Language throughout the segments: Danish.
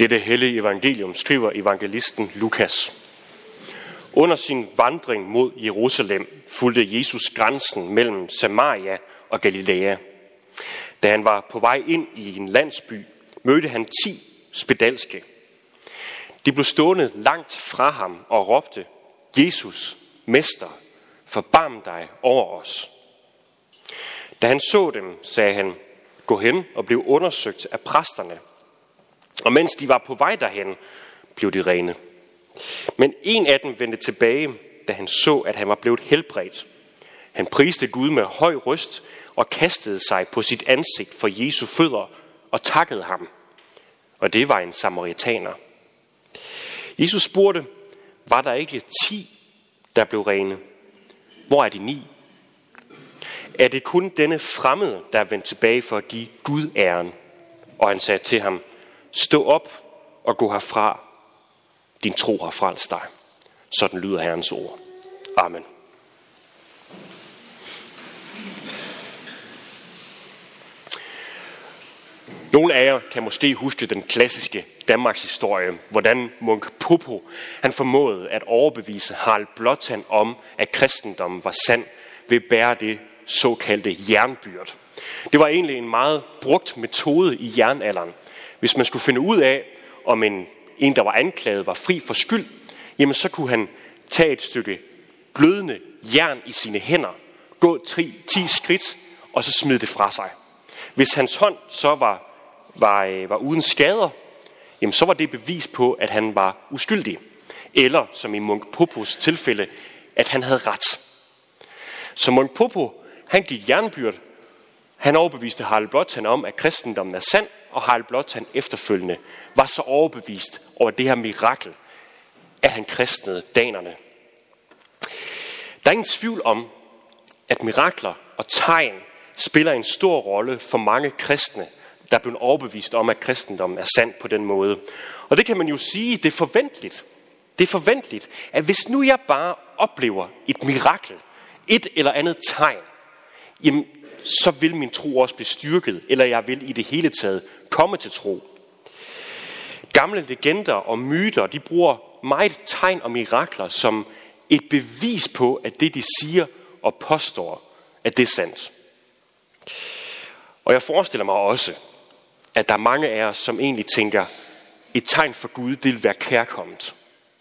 Dette hellige evangelium skriver evangelisten Lukas. Under sin vandring mod Jerusalem fulgte Jesus grænsen mellem Samaria og Galilea. Da han var på vej ind i en landsby, mødte han 10 spedalske. De blev stående langt fra ham og råbte: Jesus, Mester, forbarm dig over os. Da han så dem, sagde han: gå hen og bliv undersøgt af præsterne. Og mens de var på vej derhen, blev de rene. Men en af dem vendte tilbage, da han så, at han var blevet helbredt. Han priste Gud med høj røst og kastede sig på sit ansigt for Jesu fødder og takkede ham. Og det var en samaritaner. Jesus spurgte: var der ikke 10, der blev rene? Hvor er de 9? Er det kun denne fremmede, der er vendt tilbage for at give Gud æren? Og han sagde til ham: stå op og gå herfra. Din tro har frelst dig. Sådan lyder Herrens ord. Amen. Nogle af jer kan måske huske den klassiske Danmarks historie, hvordan munk Popo han formåede at overbevise Harald Blåtand om, at kristendommen var sand ved at bære det såkaldte jernbyrd. Det var egentlig en meget brugt metode i jernalderen. Hvis man skulle finde ud af, om en der var anklaget, var fri for skyld, jamen så kunne han tage et stykke glødende jern i sine hænder, gå 10 skridt, og så smide det fra sig. Hvis hans hånd så var uden skader, jamen så var det bevis på, at han var uskyldig. Eller, som i munk Popos tilfælde, at han havde ret. Så munk Popo, han gik jernbyrd. Han overbeviste Harald Blåtand om, at kristendommen er sand, og Harald Blåtand efterfølgende var så overbevist over det her mirakel, at han kristnede danerne. Der er ingen tvivl om, at mirakler og tegn spiller en stor rolle for mange kristne, der er blevet overbevist om, at kristendommen er sand på den måde. Og det kan man jo sige, det er forventeligt. Det er forventeligt, at hvis nu jeg bare oplever et mirakel, et eller andet tegn, jamen, så vil min tro også blive styrket, eller jeg vil i det hele taget komme til tro. Gamle legender og myter, de bruger meget tegn og mirakler som et bevis på, at det de siger og påstår, at det er sandt. Og jeg forestiller mig også, at der er mange af os, som egentlig tænker, et tegn for Gud, det vil være kærkomment.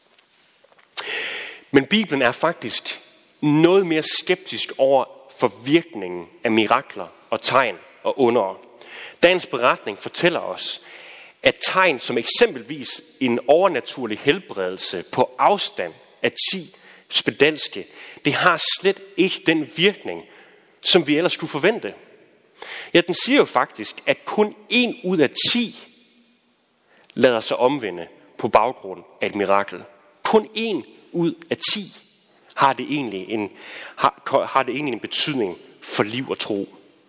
Men Bibelen er faktisk noget mere skeptisk over for virkningen af mirakler og tegn og undere. Dagens beretning fortæller os, at tegn som eksempelvis en overnaturlig helbredelse på afstand af 10 spedalske, det har slet ikke den virkning, som vi ellers skulle forvente. Ja, den siger jo faktisk, at kun 1 ud af 10 lader sig omvende på baggrund af et mirakel. Kun 1 ud af 10 har det egentlig en betydning for liv og tro.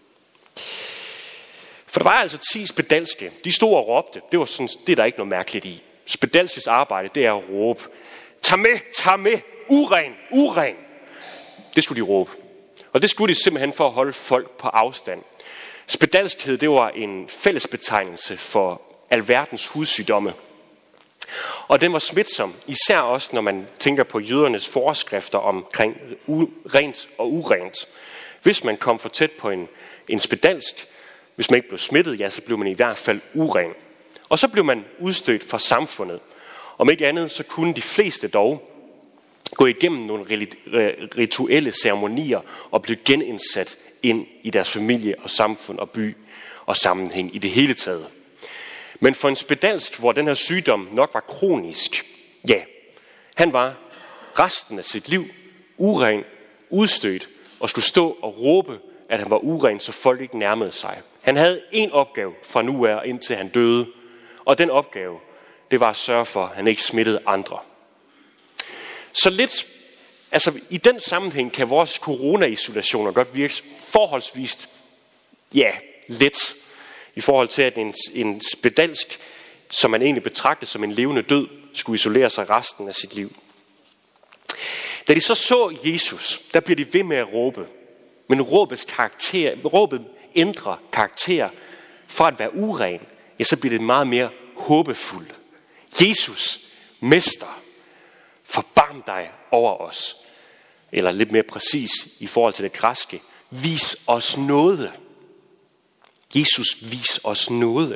For der var altså 10 spedalske. De stod og råbte. Det er der ikke noget mærkeligt i. Spedalskes arbejde, det er at råbe: tag med, uren. Det skulle de råbe. Og det skulle de simpelthen for at holde folk på afstand. Spedalskhed, det var en fællesbetegnelse for alverdens hudsygdomme. Og den var smitsom, især også når man tænker på jødernes forskrifter omkring rent og urent. Hvis man kom for tæt på en spedalsk, hvis man ikke blev smittet, ja, så blev man i hvert fald uren. Og så blev man udstødt fra samfundet. Om ikke andet, så kunne de fleste dog gå igennem nogle rituelle ceremonier og blive genindsat ind i deres familie og samfund og by og sammenhæng i det hele taget. Men for en spedalsk, hvor den her sygdom nok var kronisk, ja, han var resten af sit liv uren, udstødt og skulle stå og råbe, at han var uren, så folk ikke nærmede sig. Han havde en opgave fra nu af indtil han døde, og den opgave, det var at sørge for, at han ikke smittede andre. Så lidt, i den sammenhæng kan vores corona-isolationer godt virke forholdsvist, let, i forhold til, at en spedalsk, som man egentlig betragtede som en levende død, skulle isolere sig resten af sit liv. Da de så Jesus, der bliver de ved med at råbe. Men råbet ændrer karakter fra at være uren, ja, så bliver det meget mere håbefuldt. Jesus, Mester, forbarm dig over os. Eller lidt mere præcis i forhold til det græske, vis os nåde. Jesus, vis os nåde.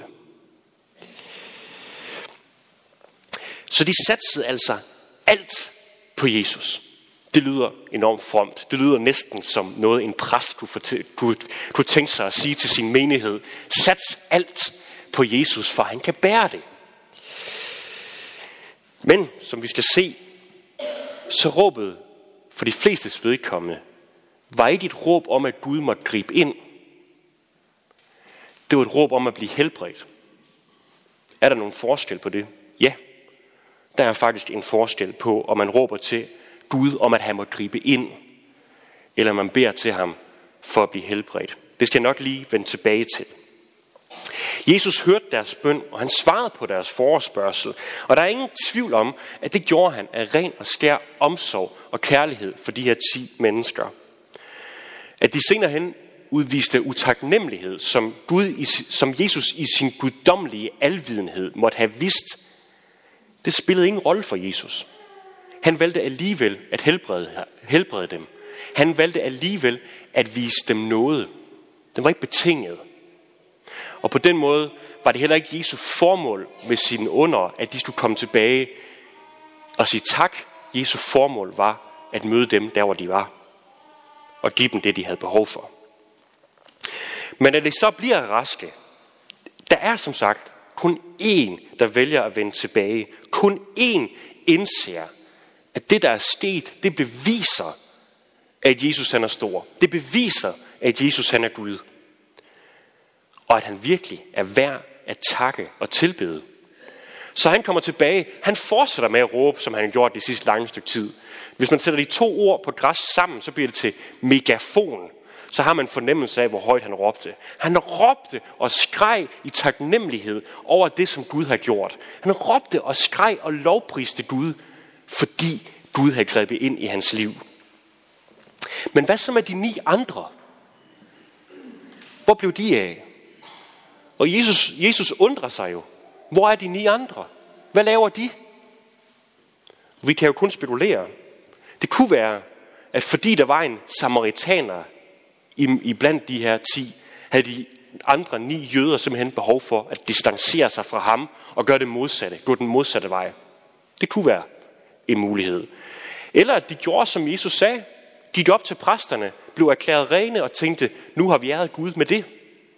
Så de satsede altså alt på Jesus. Det lyder enormt fromt. Det lyder næsten som noget, en præst kunne tænke sig at sige til sin menighed. Sats alt på Jesus, for han kan bære det. Men, som vi skal se, så råbet for de flestes vedkommende var ikke et råb om, at Gud måtte gribe ind. Det var et råb om at blive helbredt. Er der nogen forskel på det? Ja. Der er faktisk en forskel på, om man råber til Gud om, at han må gribe ind, eller man beder til ham for at blive helbredt. Det skal jeg nok lige vende tilbage til. Jesus hørte deres bøn, og han svarede på deres forespørgsel. Og der er ingen tvivl om, at det gjorde han af ren og skær omsorg og kærlighed for de her 10 mennesker. At de senere hen udviste utaknemmelighed, som Jesus i sin guddommelige alvidenhed måtte have vidst, det spillede ingen rolle for Jesus. Han valgte alligevel at helbrede dem. Han valgte alligevel at vise dem noget. Den var ikke betinget. Og på den måde var det heller ikke Jesu formål med sine under, at de skulle komme tilbage og sige tak. Jesu formål var at møde dem der, hvor de var. Og give dem det, de havde behov for. Men når det så bliver raske, der er som sagt kun én, der vælger at vende tilbage. Kun én indser, at det, der er sket, det beviser, at Jesus han er stor. Det beviser, at Jesus han er Gud. Og at han virkelig er værd at takke og tilbede. Så han kommer tilbage. Han fortsætter med at råbe, som han har gjort det sidste lange stykke tid. Hvis man sætter de 2 ord på græs sammen, så bliver det til megafon. Så har man fornemmelse af, hvor højt han råbte. Han råbte og skreg i taknemmelighed over det, som Gud har gjort. Han råbte og skreg og lovpriste Gud, fordi Gud havde grebet ind i hans liv. Men hvad så med de 9 andre? Hvor blev de af? Og Jesus undrer sig jo. Hvor er de 9 andre? Hvad laver de? Vi kan jo kun spekulere. Det kunne være, at fordi der var en samaritaner i blandt de her 10, havde de andre 9 jøder simpelthen behov for at distancere sig fra ham og gøre det modsatte, gå den modsatte vej. Det kunne være en mulighed. Eller at de gjorde, som Jesus sagde, gik op til præsterne, blev erklæret rene og tænkte, nu har vi æret Gud med det.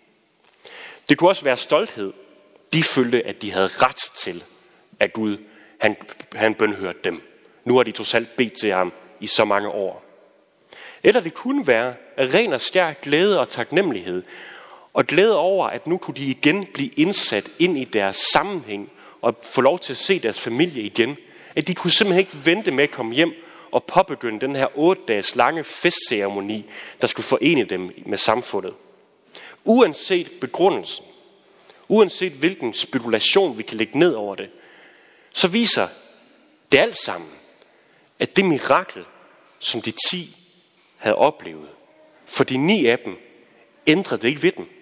Det kunne også være stolthed. De følte, at de havde ret til, at Gud han bønhørte dem. Nu har de trods alt bedt til ham i så mange år. Eller det kunne være af ren og skær glæde og taknemmelighed. Og glæde over, at nu kunne de igen blive indsat ind i deres sammenhæng og få lov til at se deres familie igen. At de kunne simpelthen ikke vente med at komme hjem og påbegynde den her 8 dages lange festceremoni, der skulle forene dem med samfundet. Uanset begrundelsen, uanset hvilken spekulation vi kan lægge ned over det, så viser det alt sammen, at det mirakel, som de 10 havde oplevet, for de 9 af dem, ændrede det ikke ved dem.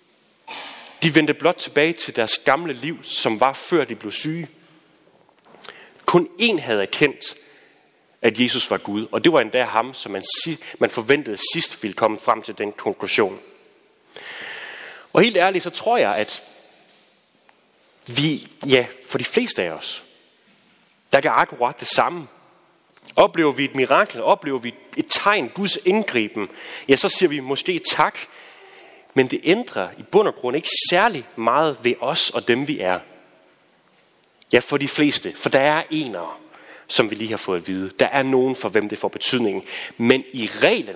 De vendte blot tilbage til deres gamle liv, som var før de blev syge. Kun én havde erkendt, at Jesus var Gud, og det var endda ham, som man forventede sidst ville komme frem til den konklusion. Og helt ærligt, så tror jeg, at for de fleste af os, der gør akkurat det samme. Oplever vi et mirakel, oplever vi et tegn, Guds indgriben, ja, så siger vi måske tak, men det ændrer i bund og grund ikke særlig meget ved os og dem, vi er. Ja, for de fleste, for der er enere, som vi lige har fået at vide. Der er nogen, for hvem det får betydning. Men i reglen,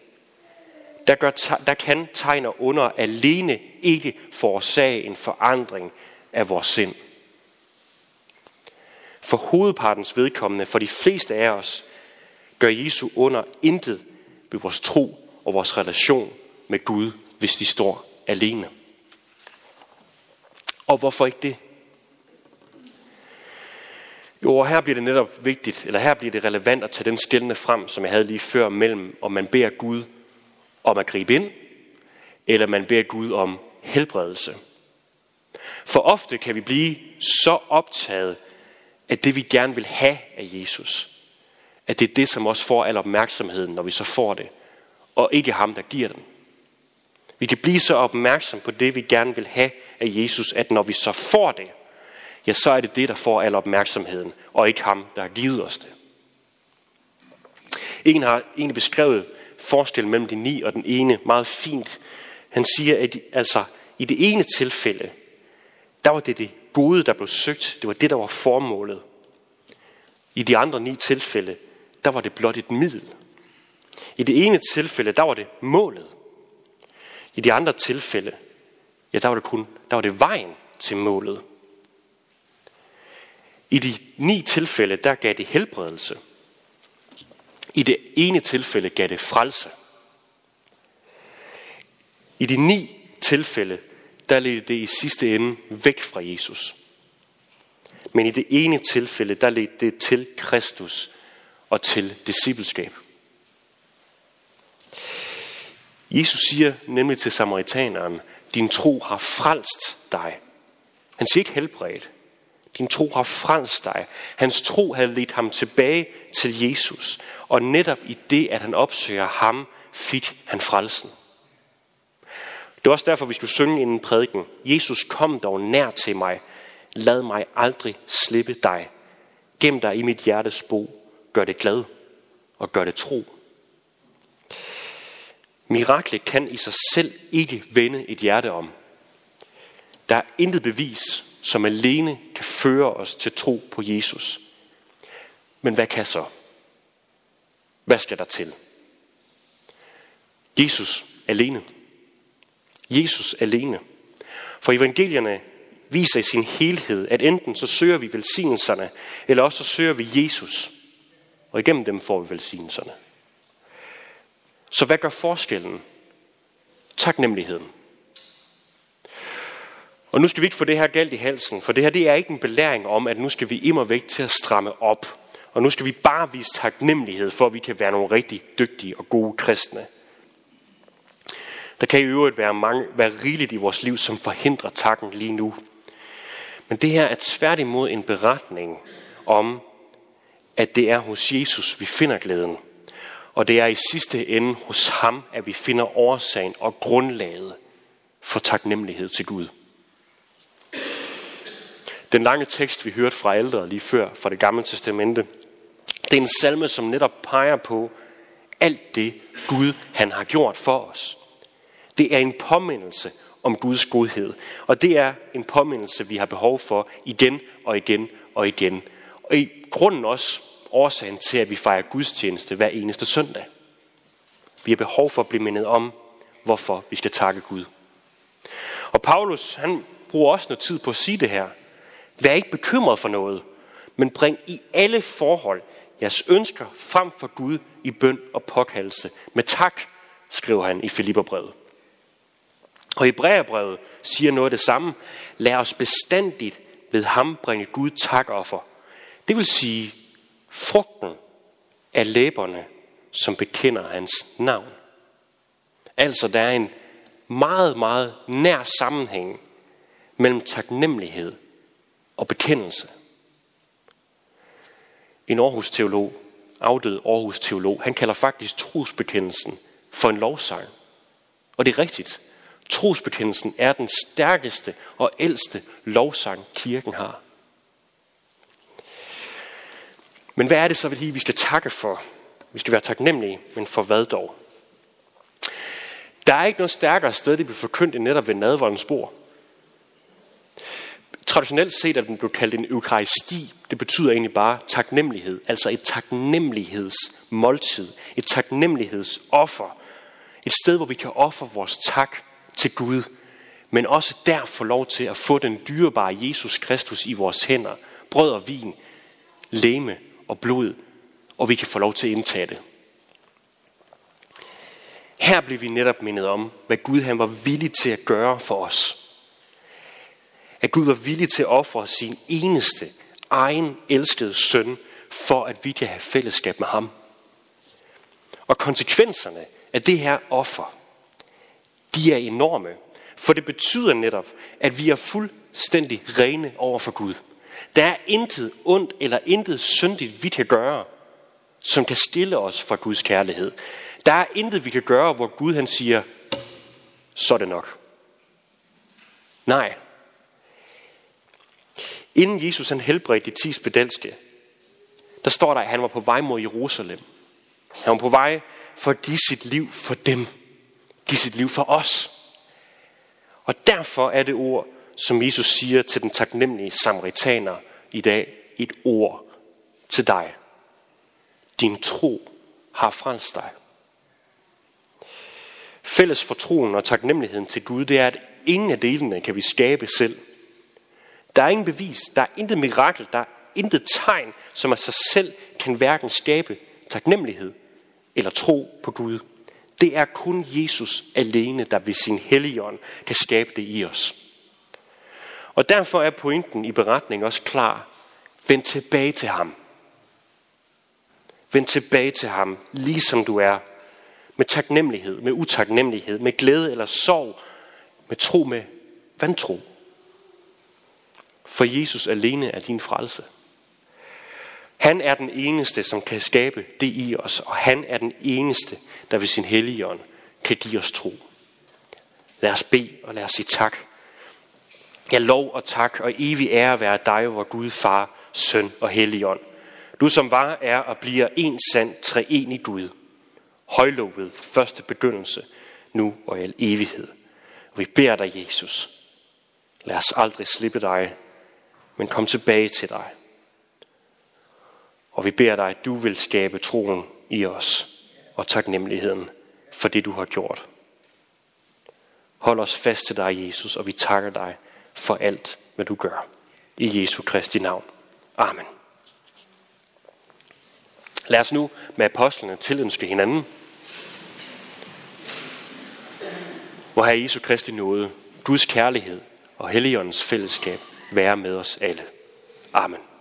der kan tegn og under alene ikke forårsage en forandring af vores sind. For hovedpartens vedkommende, for de fleste af os, gør Jesu under intet ved vores tro og vores relation med Gud, hvis de står alene. Og hvorfor ikke det? Jo, her bliver det netop vigtigt, eller her bliver det relevant at tage den skelne frem, som jeg havde lige før, mellem om man beder Gud om at gribe ind, eller man beder Gud om helbredelse. For ofte kan vi blive så optaget af det, vi gerne vil have af Jesus, at det er det, som også får al opmærksomheden, når vi så får det, og ikke ham, der giver den. Vi kan blive så opmærksom på det, vi gerne vil have af Jesus, at når vi så får det, ja, så er det det, der får al opmærksomheden, og ikke ham, der har givet os det. En har egentlig beskrevet forskellen mellem de 9 og den ene meget fint. Han siger, at i det ene tilfælde, der var det gode, der blev søgt. Det var det, der var formålet. I de andre 9 tilfælde, der var det blot et middel. I det ene tilfælde, der var det målet. I de andre tilfælde, ja, der var det vejen til målet. I de 9 tilfælde, der gav det helbredelse. I det ene tilfælde gav det frelse. I de 9 tilfælde, der ledte det i sidste ende væk fra Jesus. Men i det ene tilfælde, der ledte det til Kristus og til discipleskab. Jesus siger nemlig til samaritaneren, din tro har frelst dig. Han siger ikke helbredt. Din tro har frelst dig. Hans tro havde ledt ham tilbage til Jesus. Og netop i det, at han opsøger ham, fik han frelsen. Det er også derfor, vi skulle synge inden prædiken. Jesus, kom dog nær til mig. Lad mig aldrig slippe dig. Gem dig i mit hjertes bo. Gør det glad og gør det tro. Miraklet kan i sig selv ikke vende et hjerte om. Der er intet bevis, som alene kan føre os til tro på Jesus. Men hvad kan så? Hvad skal der til? Jesus alene. Jesus alene. For evangelierne viser i sin helhed, at enten så søger vi velsignelserne, eller også så søger vi Jesus. Og igennem dem får vi velsignelserne. Så hvad gør forskellen? Taknemmeligheden. Og nu skal vi ikke få det her galt i halsen, for det her det er ikke en belæring om, at nu skal vi immer væk til at stramme op. Og nu skal vi bare vise taknemmelighed, for at vi kan være nogle rigtig dygtige og gode kristne. Der kan i øvrigt være rigeligt i vores liv, som forhindrer takken lige nu. Men det her er tværtimod en beretning om, at det er hos Jesus, vi finder glæden. Og det er i sidste ende hos ham, at vi finder årsagen og grundlaget for taknemmelighed til Gud. Den lange tekst, vi hørte fra alderet lige før, fra det gamle testamente, det er en salme, som netop peger på alt det Gud, han har gjort for os. Det er en påmindelse om Guds godhed, og det er en påmindelse, vi har behov for igen og igen og igen. Og i grunden også årsagen til, at vi fejrer gudstjeneste hver eneste søndag. Vi har behov for at blive mindet om, hvorfor vi skal takke Gud. Og Paulus, han bruger også noget tid på at sige det her. Vær ikke bekymret for noget, men bring i alle forhold jeres ønsker frem for Gud i bøn og påkaldelse. Med tak, skriver han i Filipperbrevet. Og i Hebræerbrevet siger noget af det samme. Lad os bestandigt ved ham bringe Gud takoffer. Det vil sige frugten af læberne, som bekender hans navn. Altså der er en meget, meget nær sammenhæng mellem taknemmelighed og bekendelse. En Aarhus-teolog, afdød Aarhus-teolog, han kalder faktisk trosbekendelsen for en lovsang. Og det er rigtigt. Trosbekendelsen er den stærkeste og ældste lovsang, kirken har. Men hvad er det så, vi skal takke for? Vi skal være taknemmelige, men for hvad dog? Der er ikke noget stærkere sted, det bliver forkyndt end netop ved nadverens bord. Traditionelt set er den blevet kaldt en eukaristi. Det betyder egentlig bare taknemmelighed. Altså et taknemmelighedsmåltid. Et taknemmelighedsoffer. Et sted, hvor vi kan ofre vores tak til Gud. Men også der få lov til at få den dyrebare Jesus Kristus i vores hænder. Brød og vin, legeme og blod. Og vi kan få lov til at indtage det. Her bliver vi netop mindet om, hvad Gud han var villig til at gøre for os. At Gud var villig til at ofre sin eneste, egen elskede søn, for at vi kan have fællesskab med ham. Og konsekvenserne af det her offer, de er enorme. For det betyder netop, at vi er fuldstændig rene over for Gud. Der er intet ondt eller intet syndigt, vi kan gøre, som kan skille os fra Guds kærlighed. Der er intet, vi kan gøre, hvor Gud han siger, så er det nok. Nej. Inden Jesus han helbredte de 10 spedalske, der står der, at han var på vej mod Jerusalem. Han var på vej for at give sit liv for dem. Give sit liv for os. Og derfor er det ord, som Jesus siger til den taknemmelige samaritaner i dag, et ord til dig. Din tro har frelst dig. Fælles for troen og taknemmeligheden til Gud, det er, at ingen af delene kan vi skabe selv. Der er ingen bevis, der er intet mirakel, der er intet tegn, som af sig selv kan hverken skabe taknemmelighed eller tro på Gud. Det er kun Jesus alene, der ved sin Helligånd kan skabe det i os. Og derfor er pointen i beretningen også klar. Vend tilbage til ham. Vend tilbage til ham, ligesom du er. Med taknemmelighed, med utaknemmelighed, med glæde eller sorg, med tro, med vantro. For Jesus alene er din frelse. Han er den eneste, som kan skabe det i os, og han er den eneste, der ved sin Helligånd kan give os tro. Lad os bede, og lad os sige tak. Ja, lov og tak og evig ære være dig, vor Gud, Far, Søn og Helligånd. Du som var, er og bliver en sand treenig Gud. Højlovet fra første begyndelse, nu og i al evighed. Og vi beder dig, Jesus, lad os aldrig slippe dig, men kom tilbage til dig. Og vi beder dig, at du vil skabe troen i os og taknemmeligheden for det, du har gjort. Hold os fast til dig, Jesus, og vi takker dig for alt, hvad du gør. I Jesu Kristi navn. Amen. Lad os nu med apostlene tilønske hinanden. Hvor Herre Jesu Kristi nåde, Guds kærlighed og Helligåndens fællesskab være med os alle. Amen.